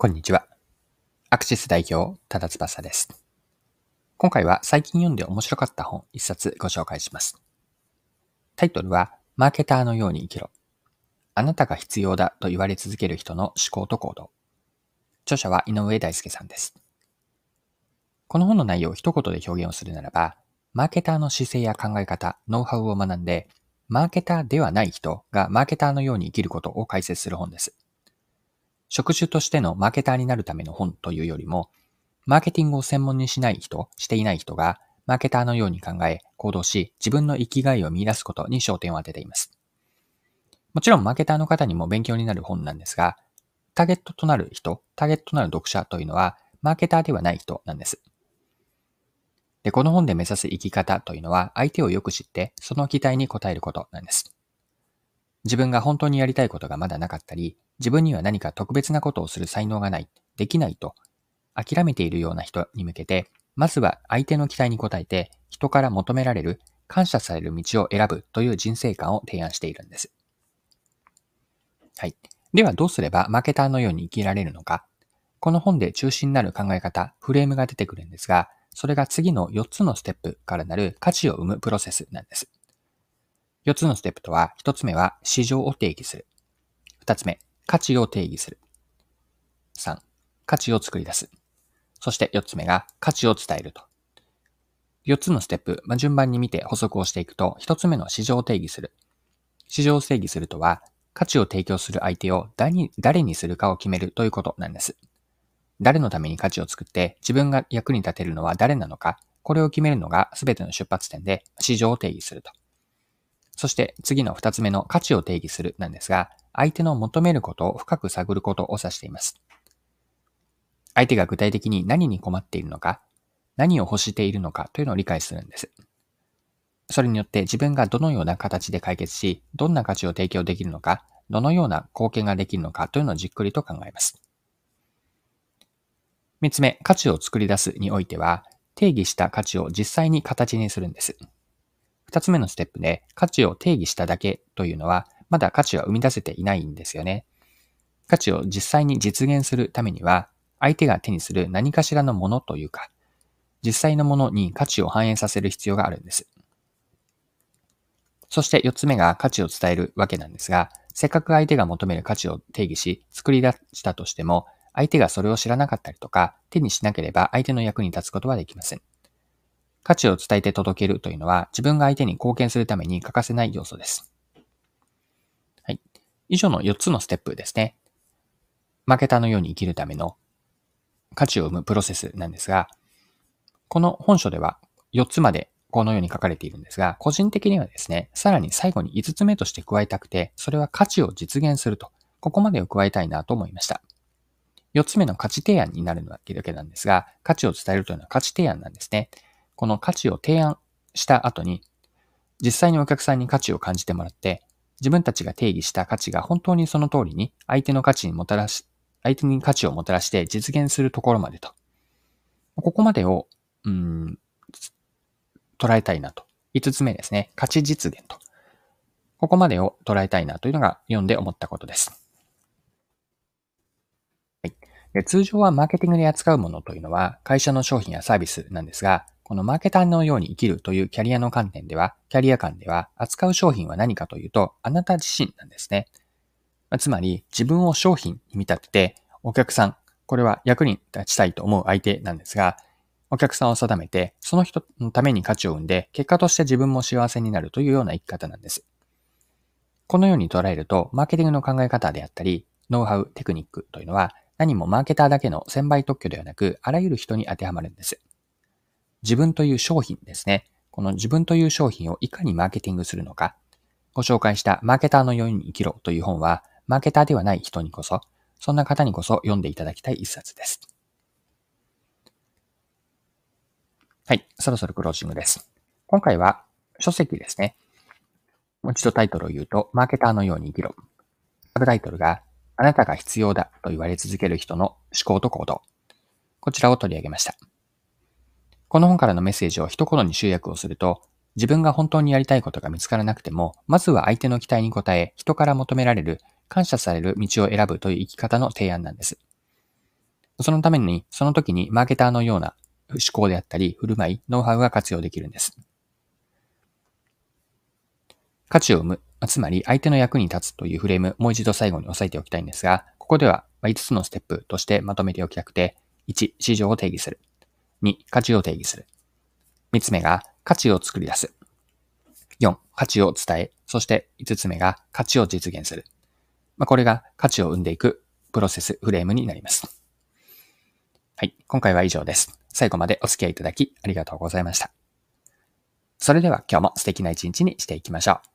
こんにちは。アクシス代表、多田翼です。今回は最近読んで面白かった本一冊ご紹介します。タイトルは、マーケターのように生きろ。あなたが必要だと言われ続ける人の思考と行動。著者は井上大輔さんです。この本の内容を一言で表現をするならば、マーケターの姿勢や考え方、ノウハウを学んで、マーケターではない人がマーケターのように生きることを解説する本です。職種としてのマーケターになるための本というよりも、マーケティングを専門にしていない人が、マーケターのように考え、行動し、自分の生きがいを見出すことに焦点を当てています。もちろんマーケターの方にも勉強になる本なんですが、ターゲットとなる読者というのは、マーケターではない人なんです。で、この本で目指す生き方というのは、相手をよく知って、その期待に応えることなんです。自分が本当にやりたいことがまだなかったり、自分には何か特別なことをする才能がない、できないと諦めているような人に向けて、まずは相手の期待に応えて、人から求められる、感謝される道を選ぶという人生観を提案しているんです。はい。ではどうすればマーケターのように生きられるのか。この本で中心になる考え方、フレームが出てくるんですが、それが次の4つのステップからなる価値を生むプロセスなんです。4つのステップとは、1つ目は市場を定義する。2つ目、価値を定義する。3、価値を作り出す。そして4つ目が価値を伝えると。4つのステップ、順番に見て補足をしていくと、1つ目の市場を定義する。市場を定義するとは、価値を提供する相手を誰にするかを決めるということなんです。誰のために価値を作って自分が役に立てるのは誰なのか、これを決めるのが全ての出発点で市場を定義すると。そして次の2つ目の価値を定義するなんですが、相手の求めることを深く探ることを指しています。相手が具体的に何に困っているのか、何を欲しているのかというのを理解するんです。それによって自分がどのような形で解決し、どんな価値を提供できるのか、どのような貢献ができるのかというのをじっくりと考えます。三つ目、価値を作り出すにおいては、定義した価値を実際に形にするんです。二つ目のステップで価値を定義しただけというのは、まだ価値は生み出せていないんですよね。価値を実際に実現するためには、相手が手にする何かしらのものというか、実際のものに価値を反映させる必要があるんです。そして4つ目が価値を伝えるわけなんですが、せっかく相手が求める価値を定義し、作り出したとしても、相手がそれを知らなかったりとか、手にしなければ相手の役に立つことはできません。価値を伝えて届けるというのは、自分が相手に貢献するために欠かせない要素です。はい。以上の4つのステップですね。マーケターのように生きるための価値を生むプロセスなんですが、この本書では4つまでこのように書かれているんですが、個人的にはですね、さらに最後に5つ目として加えたくて、それは価値を実現すると、ここまでを加えたいなと思いました。4つ目の価値提案になるわけなんですが、価値を伝えるというのは価値提案なんですね。この価値を提案した後に、実際にお客さんに価値を感じてもらって、自分たちが定義した価値が本当にその通りに相手に価値をもたらして実現するところまでと。ここまでを、捉えたいなと。5つ目ですね。価値実現と。ここまでを捉えたいなというのが読んで思ったことです。はい。で、通常はマーケティングで扱うものというのは会社の商品やサービスなんですが、このマーケターのように生きるというキャリア観では扱う商品は何かというと、あなた自身なんですね。つまり自分を商品に見立てて、お客さん、これは役に立ちたいと思う相手なんですが、お客さんを定めて、その人のために価値を生んで、結果として自分も幸せになるというような生き方なんです。このように捉えると、マーケティングの考え方であったり、ノウハウ、テクニックというのは、何もマーケターだけの専売特許ではなく、あらゆる人に当てはまるんです。自分という商品ですね。この自分という商品をいかにマーケティングするのか。ご紹介したマーケターのように生きろという本は、マーケターではない人にこそ、そんな方にこそ読んでいただきたい一冊です。はい、そろそろクロージングです。今回は書籍ですね。もう一度タイトルを言うと、マーケターのように生きろ。サブタイトルが、あなたが必要だと言われ続ける人の思考と行動。こちらを取り上げました。この本からのメッセージを一言に集約をすると、自分が本当にやりたいことが見つからなくても、まずは相手の期待に応え、人から求められる、感謝される道を選ぶという生き方の提案なんです。 そのために、その時にマーケターのような思考であったり、振る舞い、ノウハウが活用できるんです。価値を生む、つまり相手の役に立つというフレーム、もう一度最後に押さえておきたいんですが、ここでは5つのステップとしてまとめておきたくて、1、市場を定義する。2、価値を定義する。3つ目が価値を作り出す。4、価値を伝え、そして5つ目が価値を実現する。これが価値を生んでいくプロセス、フレームになります。はい、今回は以上です。最後までお付き合いいただきありがとうございました。それでは今日も素敵な一日にしていきましょう。